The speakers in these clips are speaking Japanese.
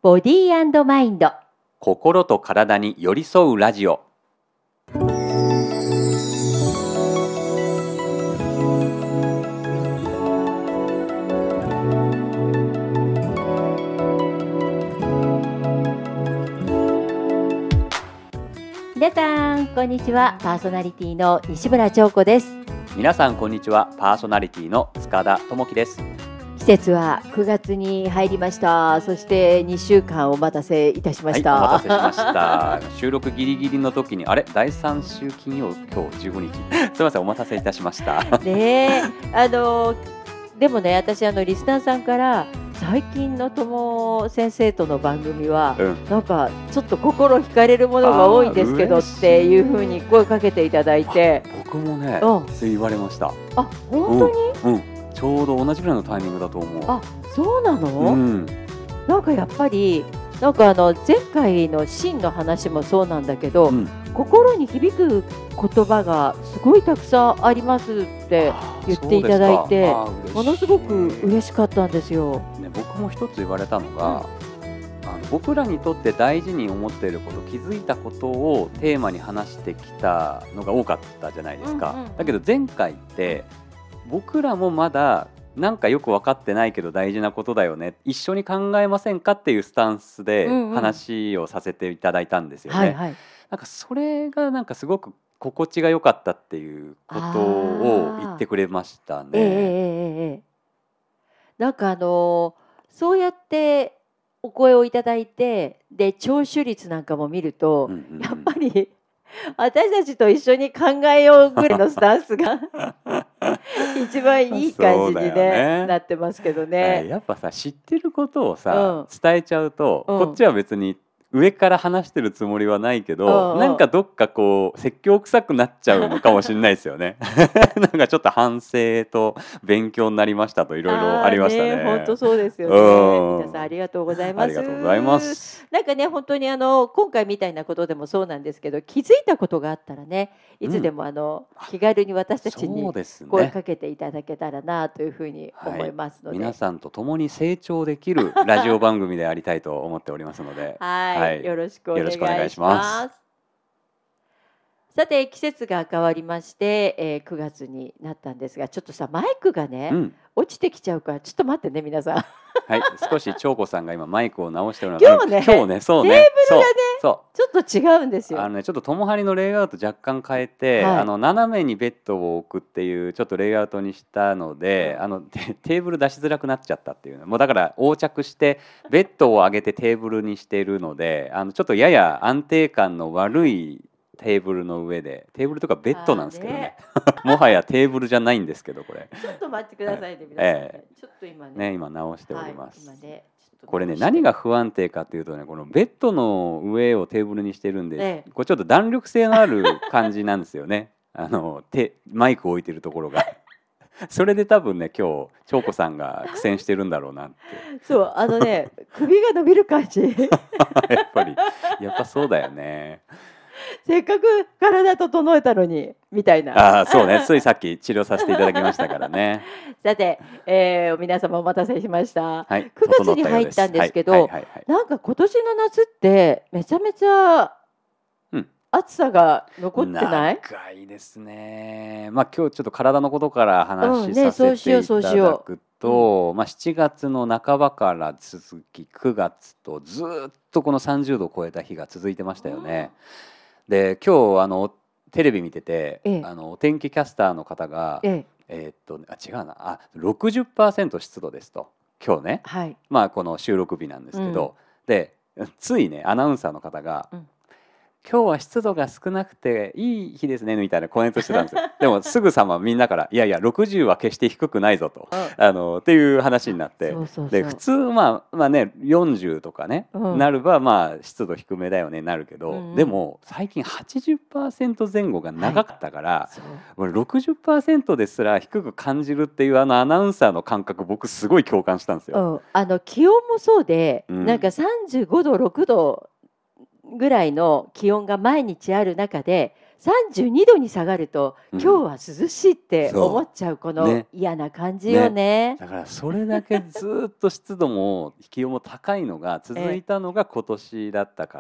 ボディー&マインド、 心と体に寄り添うラジオ。 皆さんこんにちは。パーソナリティの西村彫子です。 皆さんこんにちは。パーソナリティの塚田智樹です。 季節は9月に入りました。そして2週間お待たせいたしました。 はい、お待たせしました収録ギリギリの時に第3週金曜、今日15日すみません、お待たせいたしましたねえ、でもね、私リスナーさんから最近の友先生との番組は、なんかちょっと心惹かれるものが多いんですけどっていう風に声かけていただいて、 僕もね、そう言われました。 あ、本当に、 ちょうど同じぐらいのタイミングだと思う。 あ、そうなの、なんかやっぱりなんか前回の真の話もそうなんだけど、心に響く言葉がすごいたくさんありますって言っていただいて、ものすごく嬉しかったんですよ。 僕も一つ言われたのが、僕らにとって大事に思っていること、気づいたことをテーマに話してきたのが多かったじゃないですか。だけど前回って僕らもまだなんかよく分かってないけど大事なことだよね、一緒に考えませんかっていうスタンスで話をさせていただいたんですよね。なんかそれがなんかすごく心地が良かったっていうことを言ってくれましたね。 なんかそうやってお声をいただいて、で聴取率なんかも見ると、やっぱり私たちと一緒に考えようぐらいのスタンスが一番いい感じに、なってますけどね。 やっぱさ、知ってることをさ、伝えちゃうと、こっちは別に上から話してるつもりはないけど、なんかどっかこう説教臭くなっちゃうのかもしれないですよねなんかちょっと反省と勉強になりましたと、いろいろありましたね。 本当そうですよね。皆さんありがとうございます。 ありがとうございます。 なんかね、本当に今回みたいなことでもそうなんですけど、気づいたことがあったらね、いつでも気軽に私たちに声かけていただけたらなというふうに思いますので、 皆さんと共に成長できるラジオ番組でありたいと思っておりますのでよろしくお願いします。さて、季節が変わりまして、9月になったんですが、ちょっとさ、マイクがね、落ちてきちゃうからちょっと待ってね、皆さん少し彫子さんが今マイクを直してるのが、今日ね、 そうね、 テーブルがねちょっと違うんですよ。 ちょっと友張りのレイアウト若干変えて、斜めにベッドを置くっていうちょっとレイアウトにしたので、テーブル出しづらくなっちゃったっていう、もうだから横着してベッドを上げてテーブルにしているので、ちょっとやや安定感の悪いテーブルの上で、テーブルとかベッドなんですけどねもはやテーブルじゃないんですけど、これちょっと待ってくださいね、皆さんちょっと今直しております。これね、何が不安定かというとね、このベッドの上をテーブルにしてるんで、これちょっと弾力性のある感じなんですよねマイクを置いてるところがそれで多分ね、今日彫子さんが苦戦してるんだろうなって。 そう首が伸びる感じやっぱそうだよねせっかく体整えたのにみたいな。 そうね、ついさっき治療させていただきましたからねさて、皆様お待たせしました、9月に入ったんですけど、なんか今年の夏ってめちゃめちゃ暑さが残ってない？ 長いですね。今日ちょっと体のことから話させていただくと、7月の半ばから続き9月とずっとこの30度を超えた日が続いてましたよね。で、今日テレビ見てて、お天気キャスターの方が、違うな、60% 湿度ですと、今日ね、この収録日なんですけど、でついね、アナウンサーの方が、今日は湿度が少なくていい日ですねみたいなコメントしてたんですよでもすぐさまみんなから、いやいや60は決して低くないぞと、っていう話になって、で普通40とかね、なれば湿度低めだよねなるけど、でも最近 80% 前後が長かったから、60% ですら低く感じるっていうアナウンサーの感覚、僕すごい共感したんですよ。 気温もそうで、なんか35度6度ぐらいの気温が毎日ある中で 32度に下がると、今日は涼しいって思っちゃう、この嫌な感じよね。 だからそれだけずっと湿度も気温も高いのが続いたのが今年だったから、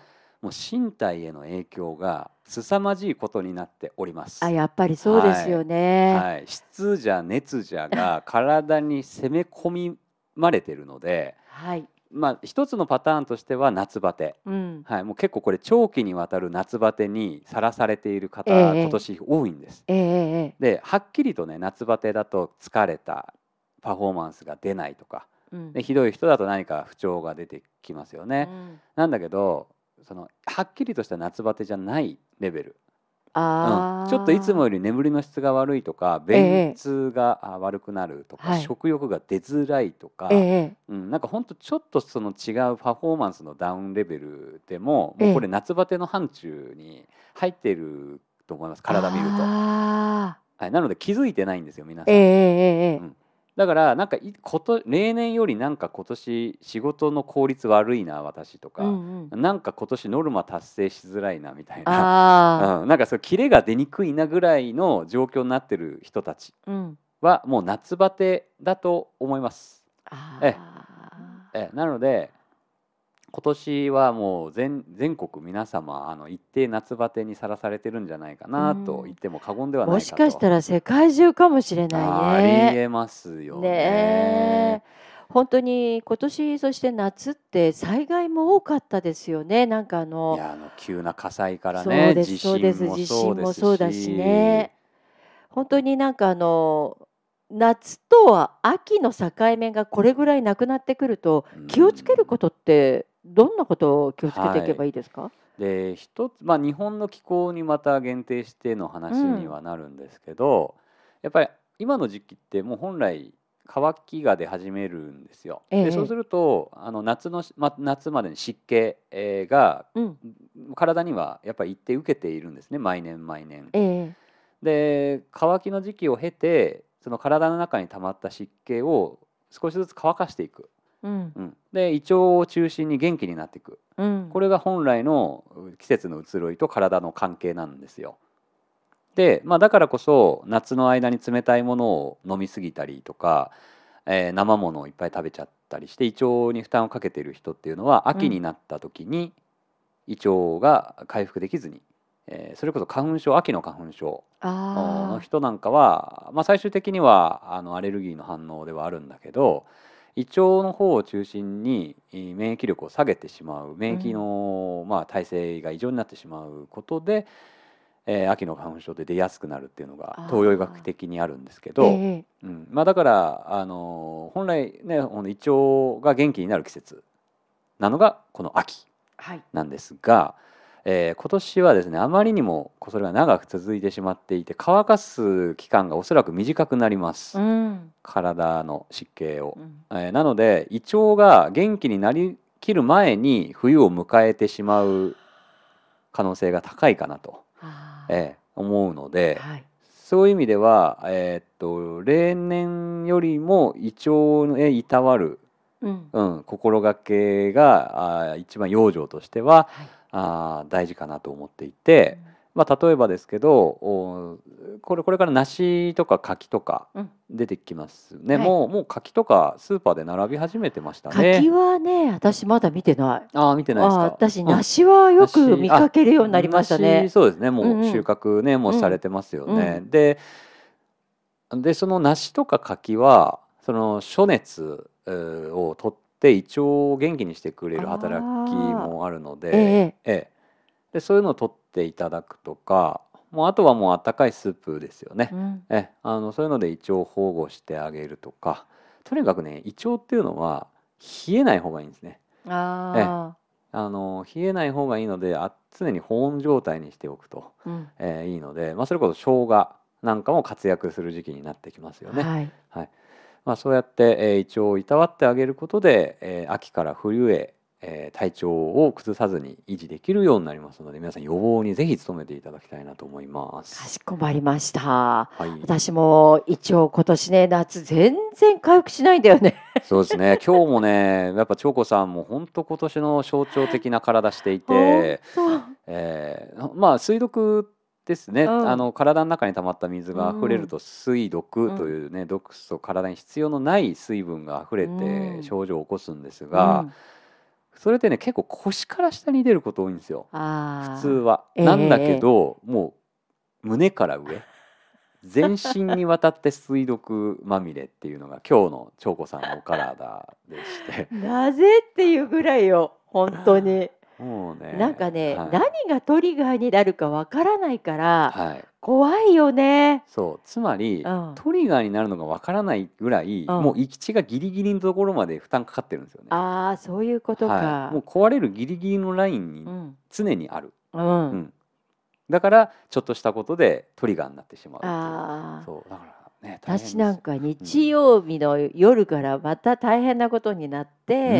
もう身体への影響が凄まじいことになっております。 やっぱりそうですよね。 湿じゃ熱じゃが体に攻め込みまれてるので、一つのパターンとしては夏バテ、もう結構これ長期にわたる夏バテにさらされている方、今年多いんです。ではっきりとね、夏バテだと疲れた、パフォーマンスが出ないとか、でひどい人だと何か不調が出てきますよね。なんだけどはっきりとした夏バテじゃないレベル、ちょっといつもより眠りの質が悪いとか、便通が悪くなるとか、食欲が出づらいとか、なんかほんとちょっとその違うパフォーマンスのダウンレベルでも、もうこれ夏バテの範疇に入っていると思います、体見ると。なので気づいてないんですよ、皆さん。だからなんか例年よりなんか今年仕事の効率悪いな私とか、なんか今年ノルマ達成しづらいなみたいな、なんかそうキレが出にくいなぐらいの状況になってる人たちはもう夏バテだと思います。なので今年はもう全国皆様一定夏バテにさらされてるんじゃないかなと言っても過言ではないかと。 もしかしたら世界中かもしれないね。 ありえますよね。 本当に今年、そして夏って災害も多かったですよね。なんか急な火災からね、地震もそうだしね。 本当になんか夏とは秋の境目がこれぐらいなくなってくると、気をつけることってどんなことを気をつけていけばいいですか？ で一つ、日本の気候にまた限定しての話にはなるんですけど、やっぱり今の時期ってもう本来乾きが出始めるんですよ。でそうすると夏までに湿気が体にはやっぱり一定受けているんですね、毎年毎年。で乾きの時期を経てその体の中に溜まった湿気を少しずつ乾かしていく。で胃腸を中心に元気になっていく、これが本来の季節の移ろいと体の関係なんですよ。で、だからこそ夏の間に冷たいものを飲み過ぎたりとか、生ものをいっぱい食べちゃったりして胃腸に負担をかけている人っていうのは秋になった時に胃腸が回復できずに、それこそ花粉症、秋の花粉症の人なんかは、最終的にはアレルギーの反応ではあるんだけど、胃腸の方を中心に免疫力を下げてしまう、免疫の耐性が異常になってしまうことで、秋の花粉症で出やすくなるっていうのが東洋医学的にあるんですけど、だから本来ね、胃腸が元気になる季節なのがこの秋なんですが、今年はですね、あまりにもそれが長く続いてしまっていて乾かす期間がおそらく短くなります、体の湿気を。なので胃腸が元気になりきる前に冬を迎えてしまう可能性が高いかなと、思うので、そういう意味では、例年よりも胃腸へいたわる、心がけが一番養生としては、大事かなと思っていて、例えばですけどこれから梨とか柿とか出てきますね。もう柿とかスーパーで並び始めてましたね。 柿はね、私まだ見てない。 見てないですか？ 私梨はよく見かけるようになりましたね。 そうですね、もう収穫ね、もうされてますよね。でその梨とか柿はその暑熱を取って胃腸を元気にしてくれる働きもあるので、でそういうのを取っていただくとか、あとはもうあったかいスープですよね。そういうので胃腸を保護してあげるとか、とにかくね、胃腸っていうのは冷えない方がいいんですね。冷えない方がいいので常に保温状態にしておくと、いいので、それこそ生姜なんかも活躍する時期になってきますよね。そうやって、胃腸をいたわってあげることで、秋から冬へ、体調を崩さずに維持できるようになりますので、皆さん予防にぜひ努めていただきたいなと思います。 かしこまりました。私も一応今年ね、夏全然回復しないんだよね。 そうですね。今日もね、やっぱ長子さんも本当今年の象徴的な体していて、水毒ですね、体の中に溜まった水が溢れると水毒というね、毒素、体に必要のない水分が溢れて症状を起こすんですが、それってね結構腰から下に出ること多いんですよ、普通は。なんだけど、もう胸から上全身にわたって水毒まみれっていうのが今日の長子さんのお体でしてなぜっていうぐらいよ本当に。 もうね、 なんかね、何がトリガーになるかわからないから、 はい、 怖いよね。 そうつまり、トリガーになるのがわからないぐらい、もう閾値がギリギリのところまで負担かかってるんですよね。 ああ、そういうことか。 もう壊れるギリギリのラインに常にある。だからちょっとしたことでトリガーになってしまうっていう。そうだからね、 私なんか日曜日の夜からまた大変なことになって、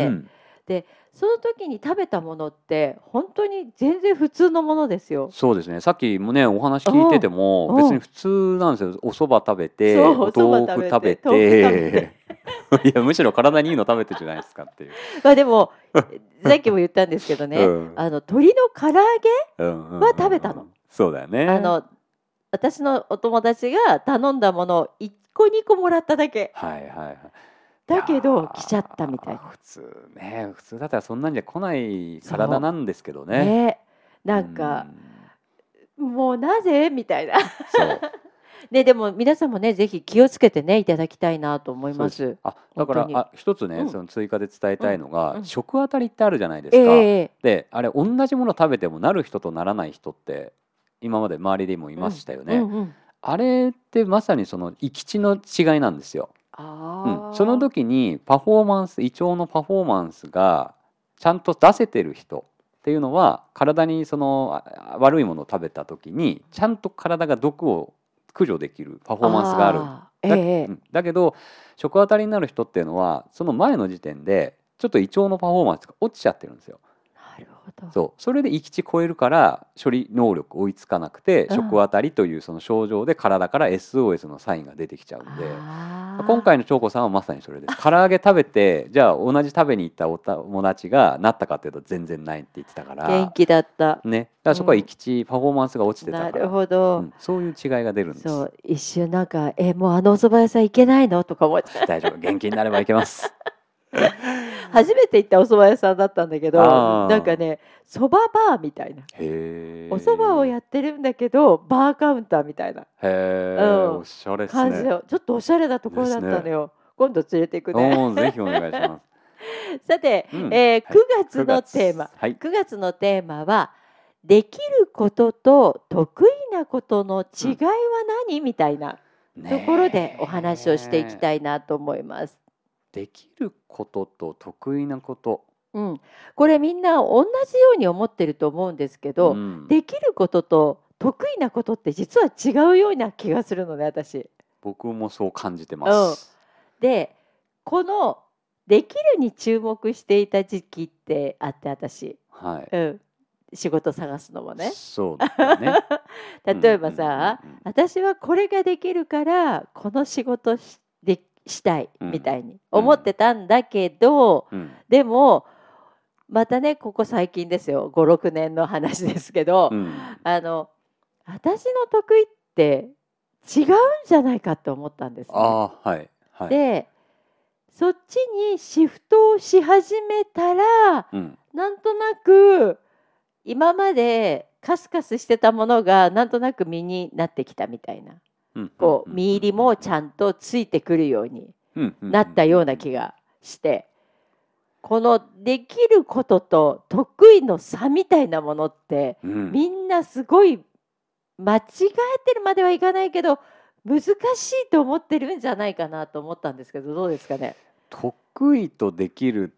でその時に食べたものって本当に全然普通のものですよ。 そうですね、さっきもねお話聞いてても別に普通なんですよ。お蕎麦食べて、お豆腐食べていやむしろ体にいいの食べてるじゃないですかっていう。 まあでもさっきも言ったんですけどね、鶏の唐揚げは食べたの。 そうだよね。 私のお友達が頼んだものを1個2個もらっただけ。だけど来ちゃったみたいな。 普通だったらそんなんじゃ来ない体なんですけどね。 なんかもうなぜみたいな。ね、でも皆さんもねぜひ気をつけてねいただきたいなと思います。 だから一つね、その追加で伝えたいのが、食あたりってあるじゃないですか。であれ同じもの食べてもなる人とならない人って今まで周りでもいましたよね。あれってまさにその閾値の違いなんですよ。その時にパフォーマンス、胃腸のパフォーマンスがちゃんと出せてる人っていうのは体にその悪いものを食べた時にちゃんと体が毒を駆除できるパフォーマンスがある。だけど食あたりになる人っていうのはその前の時点でちょっと胃腸のパフォーマンスが落ちちゃってるんですよ。それで閾値超えるから処理能力追いつかなくて、食あたりというその症状で体から SOS のサインが出てきちゃうんで、今回の長子さんはまさにそれです。唐揚げ食べてじゃあ同じ食べに行ったお友達がなったかっていうと全然ないって言ってたから、 元気だったね、だからそこは閾値、パフォーマンスが落ちてたから、 なるほど、 そういう違いが出るんです。 そう一瞬なんかもうあのお蕎麦屋さん行けないのとか思って大丈夫、元気になれば行けます初めて行ったお蕎麦屋さんだったんだけど、なんかね蕎麦バーみたいな、お蕎麦をやってるんだけどバーカウンターみたいな、 おしゃれですね、 感じのちょっとおしゃれなところだったのよ。今度連れて行くね。 ぜひお願いしますさて、9月のテーマ、9月のテーマはできることと得意なことの違いは何、みたいなところでお話をしていきたいなと思います。 できることと得意なこと、 これみんな同じように思ってると思うんですけど、できることと得意なことって実は違うような気がするのね、私。 僕もそう感じてます。 でこのできるに注目していた時期ってあって、私、仕事探すのもね。 そうだね例えばさ、私はこれができるからこの仕事したいみたいに思ってたんだけど、でもまたねここ最近ですよ、5、6年の話ですけど、私の得意って違うんじゃないかって思ったんですね。でそっちにシフトをし始めたら、なんとなく今までカスカスしてたものがなんとなく身になってきたみたいな、こう身入りもちゃんとついてくるようになったような気がして、このできることと得意の差みたいなものって、みんなすごい間違えてるまではいかないけど難しいと思ってるんじゃないかなと思ったんですけど、どうですかね。 得意とできるって、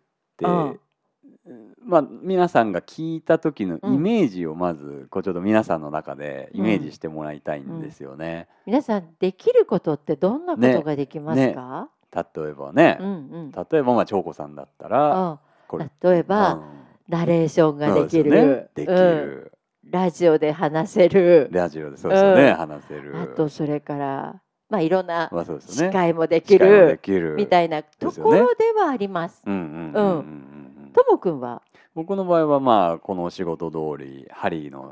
皆さんが聞いた時のイメージをまずこうちょっと皆さんの中でイメージしてもらいたいんですよね。 皆さんできることってどんなことができますか？ 例えばね、例えば長子さんだったら、 例えば、ナレーションができる、ラジオで話せる、 ラジオでそうですよね、話せる、 あとそれからいろんな司会もできるみたいなところではあります。ともくんは？ 僕の場合はこの仕事通り針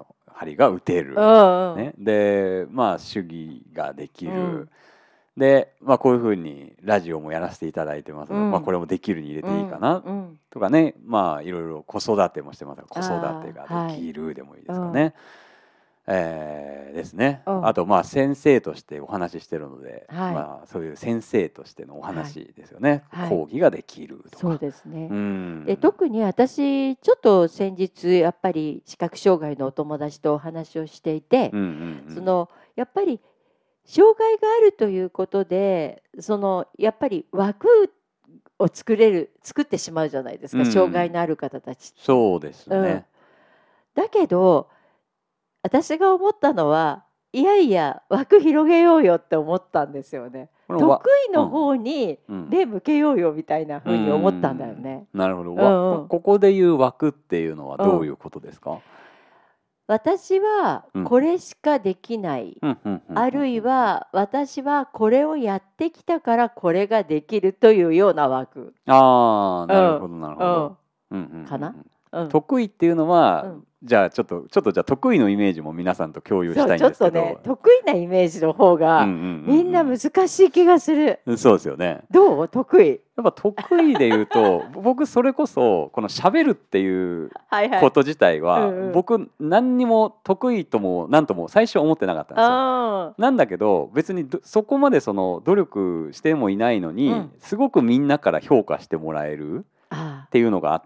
針が打てる、 うんうんね、でまあ手技ができる、 うん、 で、まあ、こういうふうにラジオもやらせていただいてますので、 うんまあ、これもできるに入れていいかうなんうん、 とかね、まあいろいろ子育てもしてますが子育てがではい、 きるでもいいでうんすかね。ですね。 うん、 あとまあ先生としてお話ししてるので、 はい、 まあそういう先生としてのおはい話ですよね。 はい、 講義ができるとそうか。 ですね。 うで、 ん。 特に私ちょっと先日やっぱり視覚障害のお友達とお話をしていて、 うんうんやっぱり障害があるということでやっぱり枠を作ってしまうじゃないですうん。 か、障害うん。 のある方たちって。 そうですうん、 ね。 だけど私が思ったのはいやいや枠広げようよって思ったんですよね。得この意のうん。 方にうん。 目向けようよみたいなう風に思ったんだよん。 ね。 なるほど。 うんうんここでいう枠っていうのはうん。 どういうことですか？ 私はうん。 これしかできない。 うんうんうんあるいうんうん。 は私はこれをやってきたからこれができるというような枠。 ああ、 うん、 なるほどなるうん、 ほど。うんうんうんかな。 うん。 うん、 得意っていうのは、 うん。 じゃあちょっとじゃあ得意のイメージも皆さんと共有しそう、 たいんちょですけど。 っとね、得意なイメージの方うんうんがみんな難しい気がする。 うんうん。そうですよね。 どう？得意。 やっぱ得意で言うと、僕それこそこの喋るっていうはいはい。 こと自体は、 うんうん。 僕何にも得意とも何とも最初は思ってなかったんですよ。 あなんだけど別にそこまでその努力してもいないのあ、うにん。 すごくみんなから評価してもらえるっああ、 ていうのがあって、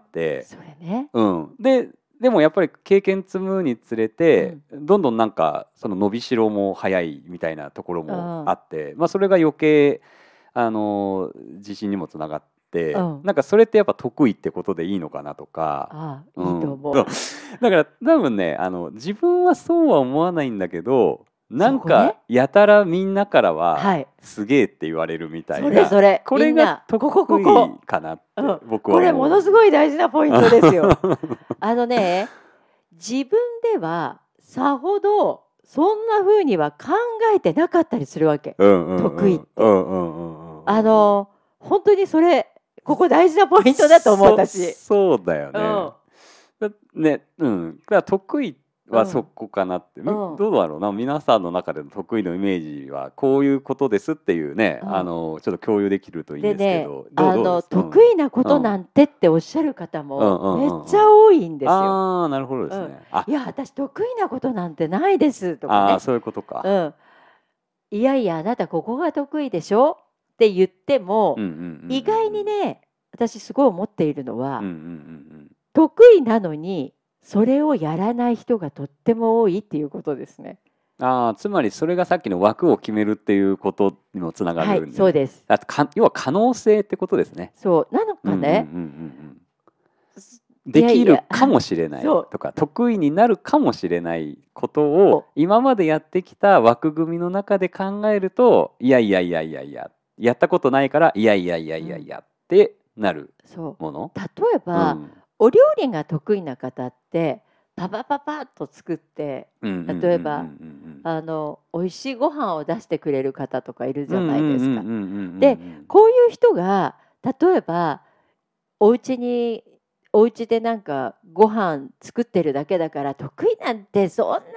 それね。 うん、でもやっぱり経験積むにつれてうん。 どんどんなんかその伸びしろも早いみたいなところもああって、まあ、それが余計自信にもつながっあ、うて、 ん。 なんかそれってやっぱ得意ってことでいいのかなとか、 ああ、いいとうん、そう思う。 だから多分ね自分はそうは思わないんだけどなんかそこね。 やたらみんなからははい。 すげえって言われるみたいそれな、 それ、 これがみんな、こ得意こ。 かなっうん。 て僕はこれもの思う。 すごい大事なポイントですよ。あのね、自分ではさほどそんな風には考えてなかったりするわけ。 うんうんう得意って。 んうんうんうんうんうん。 本当にそれ、ここ大事なポイントだと思う、私。 そうだよね。 うん、 ね、うん。だから得意はそうん、 こかなって。 うん、 どうだろうな。皆さんの中での得意のイメージはこういうことですっていうね、 うん。 ちょっと共有できるといいんですけでね、 ど、どうです？うん。 得意なことなうん。 んてっておっしゃる方うんうもめっんうんうん。 ちゃ多いんですよ。 ああ、なるほどでうん。 すね。あ、 いや、私得意なことなんてないですとかああ、 ね。 そういうことか。 うん。いやいや、あなたここが得意でしょって言っても、 うんうんうんうん意外にね、私すごい思っているのは、 うん。うんうんうん得意なのに、それをやらない人がとっても多いっていうことですね。 うん。ああ、つまりそれがさっきの枠を決めるっていうことにもつながはい、 るんでね。 そうです。 要は可能性ってことですね。 そう、なのうんうんうんうんうかね。 ん。 いできるやいや、 かもしれないそう。 とか得意になるかもしれないことを今までやってきた枠組みの中で考えるといやいやいやいやいややったことないからいやいやいやいやいやってなるそもの。 う。例えば、 うん。 お料理が得意な方って、パパパパッと作って、 うんうんうんうん例えば、美味しいご飯を出してくれる方とかいるじゃないうんうんうんうんですか。 うんうんで、こういう人が、例えば、お家に、お家でなんかご飯作ってるだけだから得意なんてそんなって。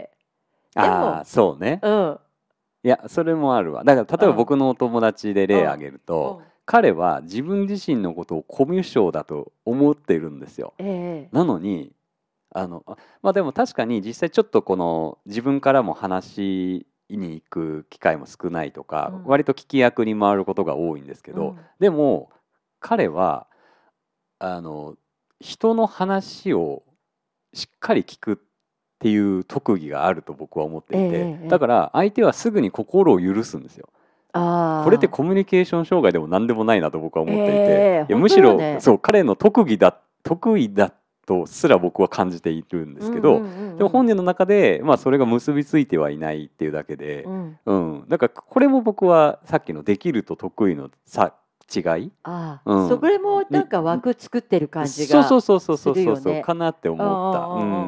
でああも、 そうね。 うん、 いやそれもあるわ。だから例えばうん、 僕のお友達でうん、 例を挙げるとうん。 彼は自分自身のことをコミュ障だと思っているんですよ。 ええ、 なのにまあでも確かに実際ちょっとこの自分からも話に行く機会も少ないとかうん、 割と聞き役に回ることが多いんですけど、 うん。 でも彼はあの人の話をしっかり聞くっていう特技があると僕は思ってええ、 いて、 ええ、ええ。 だから相手はすぐに心を許すんですよ。これってああ、 コミュニケーション障害でも何でもないなと僕は思っていて、 ええ、本当いやむしよね。 ろそう彼の得意だとすら僕は感じているんでうんうすけど、でもんうん本人の中で、まあ、それが結びついてはいないっていうだけで、 うん。うん。 うん、だからこれも僕はさっきのできると得意の違い、 ああ、そうん、 れもなんにか枠作ってる感じそうそうがすそうそうそうるよね。 そうかなってうんう思った。うんうんうん。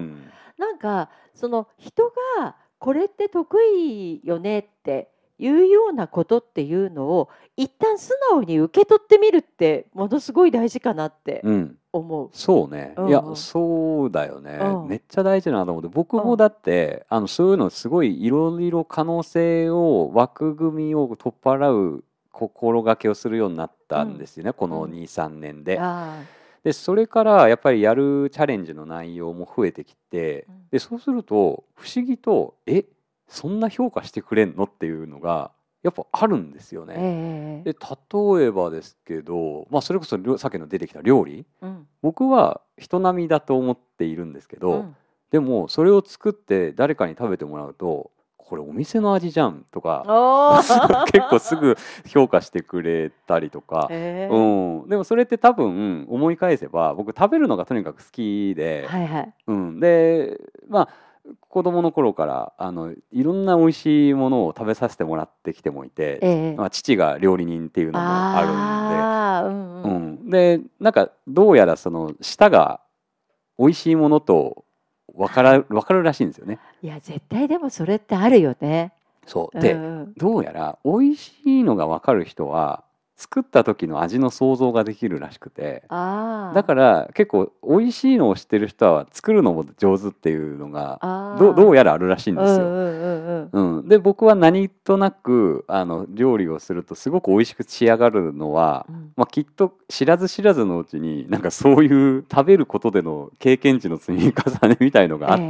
んなんかその人がこれって得意よねっていうようなことっていうのを一旦素直に受け取ってみるってものすごい大事かなって思う。 そうね、いやそうだよね、めっちゃ大事だなと思って、僕もだってそういうのすごいいろいろ可能性を枠組みを取っ払う心がけをするようになったんですよね、この 2,3 年で。でそれからやっぱりやるチャレンジの内容も増えてきて、でそうすると不思議とそんな評価してくれんのっていうのがやっぱあるんですよね。で例えばですけど、それこそさっきの出てきた料理、僕は人並みだと思っているんですけど、でもそれを作って誰かに食べてもらうとこれお店の味じゃんとか結構すぐ評価してくれたりとか、でもそれって多分思い返せば僕食べるのがとにかく好きで、で子供の頃からいろんな美味しいものを食べさせてもらってきてもいて、父が料理人っていうのもあるんで、でなんかどうやらその舌が美味しいものと分かるらしいんですよね。 いや絶対でもそれってあるよね。 そうで、どうやら美味しいのが分かる人は作った時の味の想像ができるらしくて、だから結構美味しいのを知ってる人は作るのも上手っていうのがどうやらあるらしいんですよ。で僕は何となく料理をするとすごく美味しく仕上がるのは、きっと知らず知らずのうちになんかそういう食べることでの経験値の積み重ねみたいのがあって、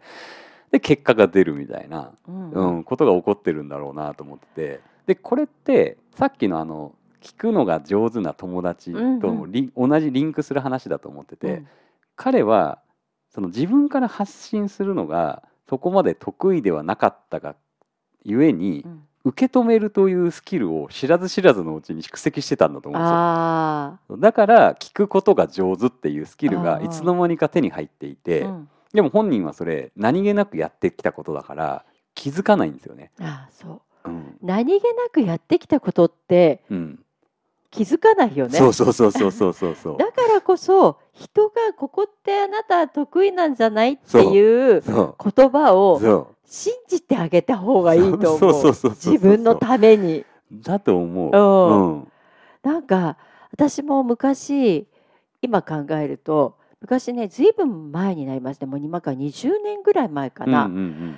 で結果が出るみたいな、ことが起こってるんだろうなと思ってて、でこれってさっきの聞くのが上手な友達とも同じリンクする話だと思ってて、彼はその自分から発信するのがそこまで得意ではなかったがゆえに、受け止めるというスキルを知らず知らずのうちに蓄積してたんだと思うんですよ。だから聞くことが上手っていうスキルがいつの間にか手に入っていて、でも本人はそれ何気なくやってきたことだから気づかないんですよね。 何気なくやってきたことって、気づかないよね。 そうだからこそ人がここってあなた得意なんじゃないっていう言葉を信じてあげた方がいいと思う。自分のために。 だと思う。 なんか私も昔今考えると昔ねずいぶん前になりますね。もう今から20年ぐらい前かな。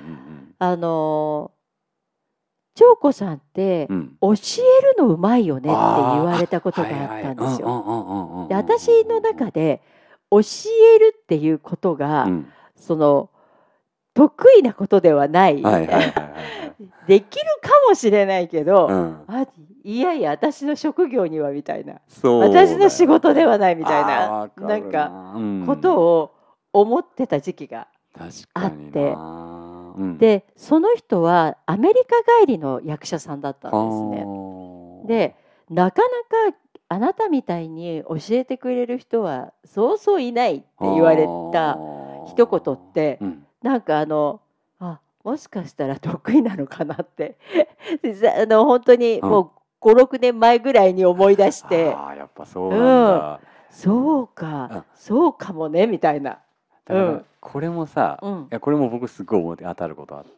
長子さんって教えるのうまいよねって言われたことがあったんですよ。で私の中で教えるっていうことが、その得意なことではないできるかもしれないけど、いやいや私の職業にはみたいな、私の仕事ではないみたいななんかことを思ってた時期があって。でその人はアメリカ帰りの役者さんだったんですね。でなかなかあなたみたいに教えてくれる人はそうそういないって言われた一言って、なんかもしかしたら得意なのかなって本当にもう5、6年前ぐらいに思い出して、 やっぱそうなんだ、 そうか、そうかもねみたいな。 これもさ、いやこれも僕すごい思って当たることあって、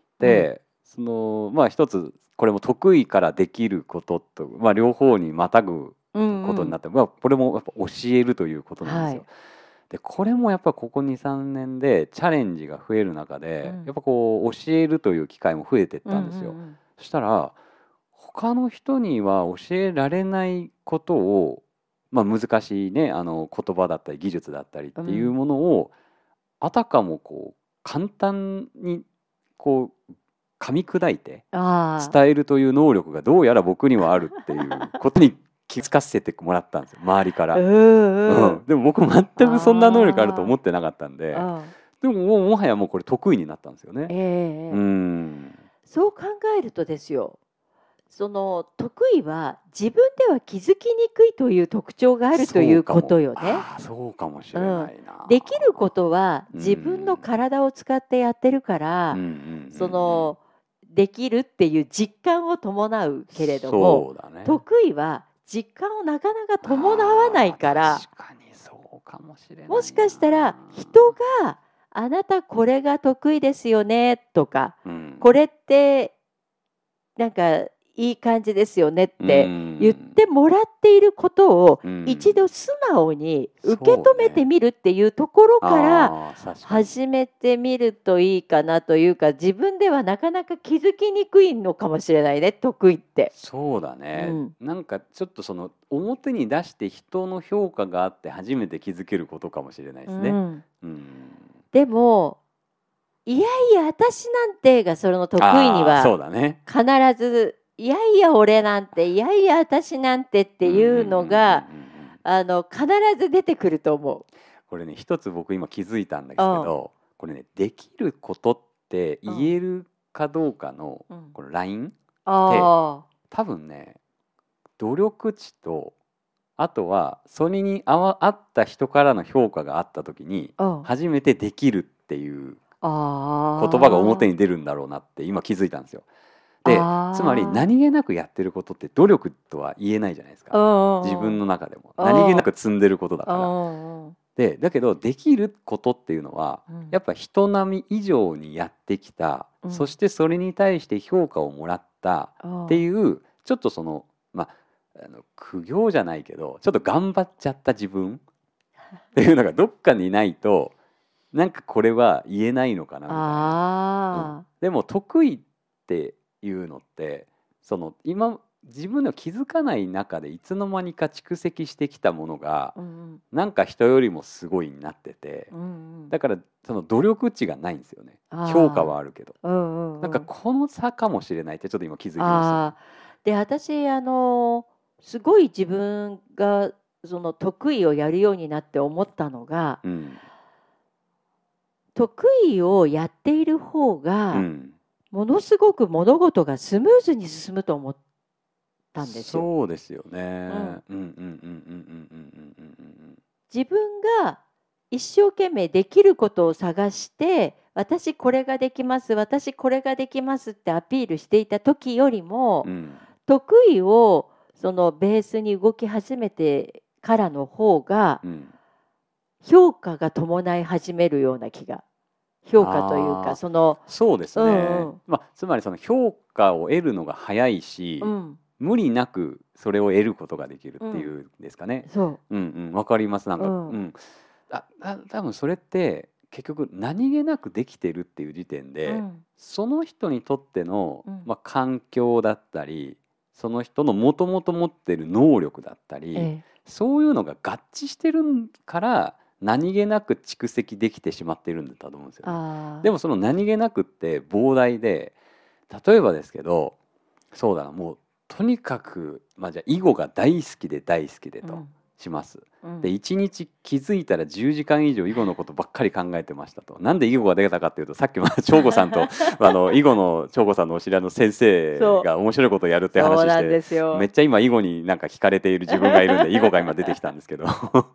その一つこれも得意からできることと、両方にまたぐことになって、これもやっぱ教えるということなんですよ。でこれもやっぱここ 2,3 年でチャレンジが増える中で、やっぱこう教えるという機会も増えてったんですよ。そしたら他の人には教えられないことを、難しいね言葉だったり技術だったりっていうものを、あたかもこう簡単にこう噛み砕いて伝えるという能力がどうやら僕にはあるっていうことに気づかせてもらったんですよ、周りから。でも僕全くそんな能力あると思ってなかったんで、でももはやもうこれ得意になったんですよね。 そう考えるとですよ、その得意は自分では気づきにくいという特徴があるということよね。 そうかもしれないな。 できることは自分の体を使ってやってるから、そのできるっていう実感を伴うけれども、得意は実感をなかなか伴わないから、もしかしたら人があなたこれが得意ですよねとか、これってなんかいい感じですよねって言ってもらっていることを一度素直に受け止めてみるっていうところから始めてみるといいかなというか、自分ではなかなか気づきにくいのかもしれないね、得意って。 そうだね、なんかちょっとその表に出して人の評価があって初めて気づけることかもしれないですね。 でもいやいや私なんてがその得意には必ずいやいや俺なんていやいや私なんてっていうのが必ず出てくると思う。 これね一つ僕今気づいたんですけど、これねできることって言えるかどうかのこのラインって多分ね努力値とあとはそれに合った人からの評価があった時に初めてできるっていう言葉が表に出るんだろうなって今気づいたんですよ。でつまり何気なくやってることって努力とは言えないじゃないですか、自分の中でも何気なく積んでることだから。でだけどできることっていうのは、やっぱ人並み以上にやってきた、そしてそれに対して評価をもらったっていうちょっとその苦行じゃないけどちょっと頑張っちゃった自分っていうのがどっかにないとなんかこれは言えないのかなみたいな。でも得意っていうのってその今自分では気づかない中でいつの間にか蓄積してきたものが、なんか人よりもすごいになってて、だからその努力値がないんですよね。評価はあるけど、なんかこの差かもしれないってちょっと今気づきました。 で私すごい自分がその得意をやるようになって思ったのが、得意をやっている方が、ものすごく物事がスムーズに進むと思ったんですよ。 そうですよね。 自分が一生懸命できることを探して、私これができます、私これができますってアピールしていた時よりも、得意をそのベースに動き始めてからの方が、評価が伴い始めるような気が。評価というかそうですね、つまりその評価を得るのが早いし、無理なくそれを得ることができるっていうんですかね。わかります。なんか、多分それって結局何気なくできてるっていう時点で、その人にとっての、環境だったりその人のもともと持ってる能力だったり、そういうのが合致してるから何気なく蓄積できてしまっているんだと思うんですよね。でもその何気なくって膨大で、例えばですけどそうだな、もうとにかく、じゃあ囲碁が大好きで大好きでとします。で1日気づいたら10時間以上囲碁のことばっかり考えてましたと。なんで囲碁が出たかっていうと、さっき長吾さんと囲碁の長吾さんのお知り合いの先生が面白いことをやるって話して、めっちゃ今囲碁になんか惹かれている自分がいるんで囲碁が今出てきたんですけど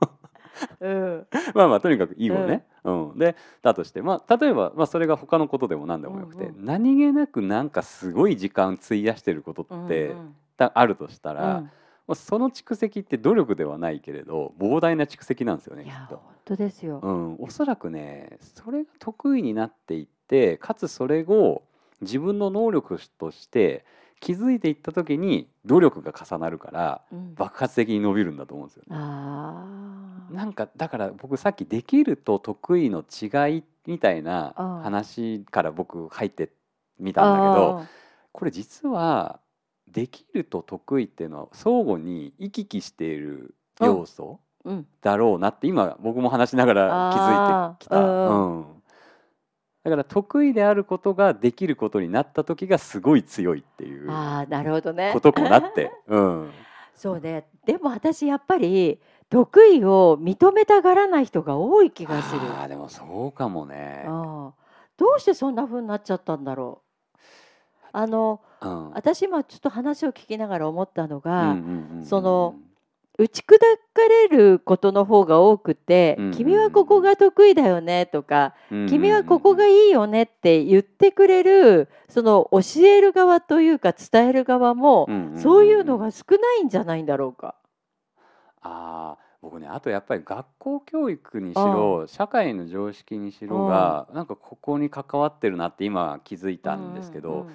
とにかく囲碁ね、でだとして、例えば、それが他のことでも何でもよくて、何気なくなんかすごい時間費やしてることって、あるとしたら、その蓄積って努力ではないけれど膨大な蓄積なんですよね、きっと。 本当ですよ。 おそらくねそれが得意になっていって、かつそれを自分の能力として気づいていった時に努力が重なるから爆発的に伸びるんだと思うんですよね。なんかだから僕さっきできると得意の違いみたいな話から僕入ってみたんだけど、これ実はできると得意っていうのは相互に行き来している要素だろうなって今僕も話しながら気づいてきた。だから得意であることができることになった時がすごい強いっていうことかもなって。 そうね。でも私やっぱり得意を認めたがらない人が多い気がする。 でもそうかもね。 どうしてそんな風になっちゃったんだろう。私今ちょっと話を聞きながら思ったのが、その打ち砕かれることの方が多くて、君はここが得意だよねとか、君はここがいいよねって言ってくれるその教える側というか伝える側もそういうのが少ないんじゃないんだろうか。 僕ね、あとやっぱり学校教育にしろ社会の常識にしろがなんかここに関わってるなって今気づいたんですけど、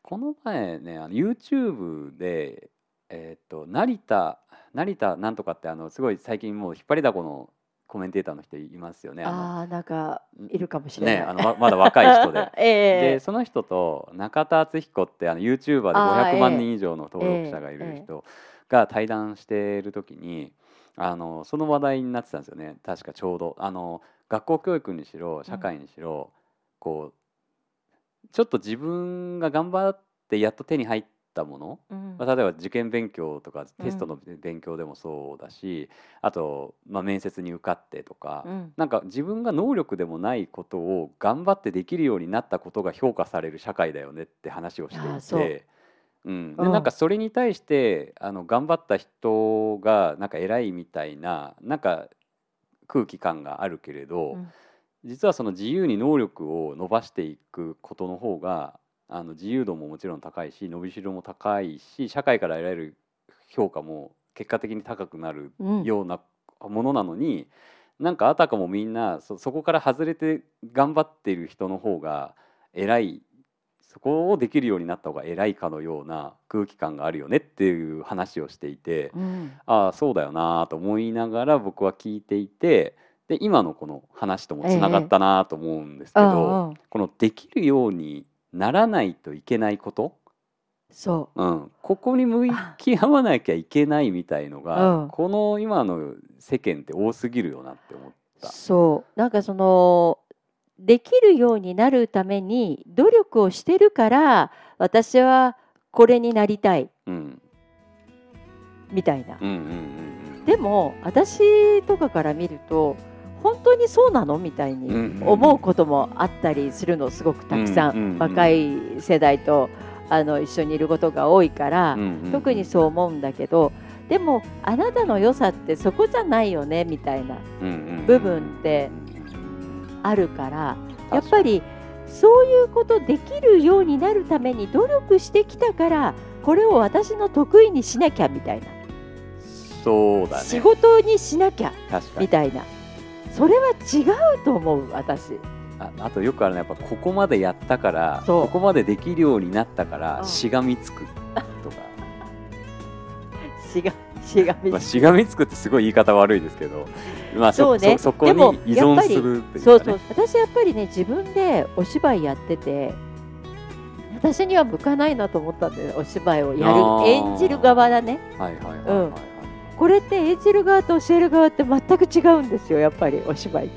この前ねYouTube で、成田なんとかってすごい最近もう引っ張りだこのコメンテーターの人いますよね。 なんかいるかもしれない。 ね、まだ若い人で、でその人と中田敦彦ってYouTuber で500万人以上の登録者がいる人が対談している時にその話題になってたんですよね。確かちょうど学校教育にしろ社会にしろ、こうちょっと自分が頑張ってやっと手に入ったもの、例えば受験勉強とかテストの勉強でもそうだし、あと、面接に受かってとか、なんか自分が能力でもないことを頑張ってできるようになったことが評価される社会だよねって話をしていて、でなんかそれに対して頑張った人がなんか偉いみたいななんか空気感があるけれど、実はその自由に能力を伸ばしていくことの方が自由度ももちろん高いし伸びしろも高いし社会から得られる評価も結果的に高くなるようなものなのに、なんかあたかもみんなそこから外れて頑張っている人の方が偉い、そこをできるようになった方が偉いかのような空気感があるよねっていう話をしていて、ああそうだよなと思いながら僕は聞いていて、で今のこの話ともつながったなと思うんですけど、このできるようにならないといけないこと、ここに向き合わなきゃいけないみたいのが、この今の世間って多すぎるよなって思った。 なんかできるようになるために努力をしてるから私はこれになりたい、みたいな。でも私とかから見ると本当にそうなのみたいに思うこともあったりするの、すごくたくさん若い世代と一緒にいることが多いから、特にそう思うんだけど、でもあなたの良さってそこじゃないよねみたいな部分ってあるから、やっぱりそういうことできるようになるために努力してきたから、これを私の得意にしなきゃみたいな、 そうだね、 仕事にしなきゃみたいな、それは違うと思う私。 あとよくあるのはやっぱここまでやったからここまでできるようになったからしがみつくとかしがみつくってすごい言い方悪いですけど、そこに依存するっていうかね。 私やっぱりね、自分でお芝居やってて私には向かないなと思ったんだよ。お芝居をやる演じる側だね。これって演じる側と教える側って全く違うんですよ、やっぱりお芝居って。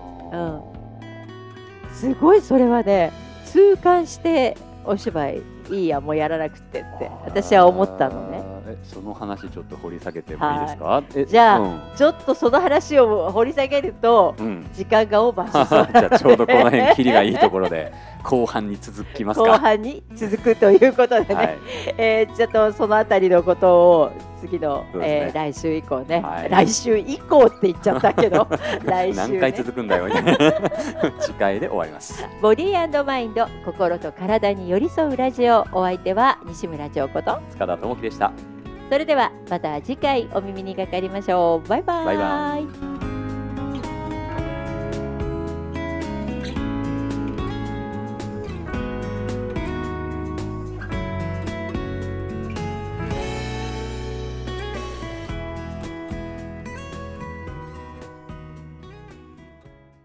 すごいそれはね、痛感してお芝居いいやもうやらなくてって私は思ったのね。 その話ちょっと掘り下げてもいいですか？ じゃあ、ちょっとその話を掘り下げると時間がオーバーしそうじゃあちょうどこの辺キリがいいところで後半に続きますか。 後半に続くということでね、ちょっとそのあたりのことを次の、来週以降ね、来週以降って言っちゃったけど来週、 何回続くんだよ次回で終わります。 ボディ&マインド、心と体に寄り添うラジオ、お相手は西村彫子と塚田智樹でした。 それではまた次回お耳にかかりましょう。バイバイ。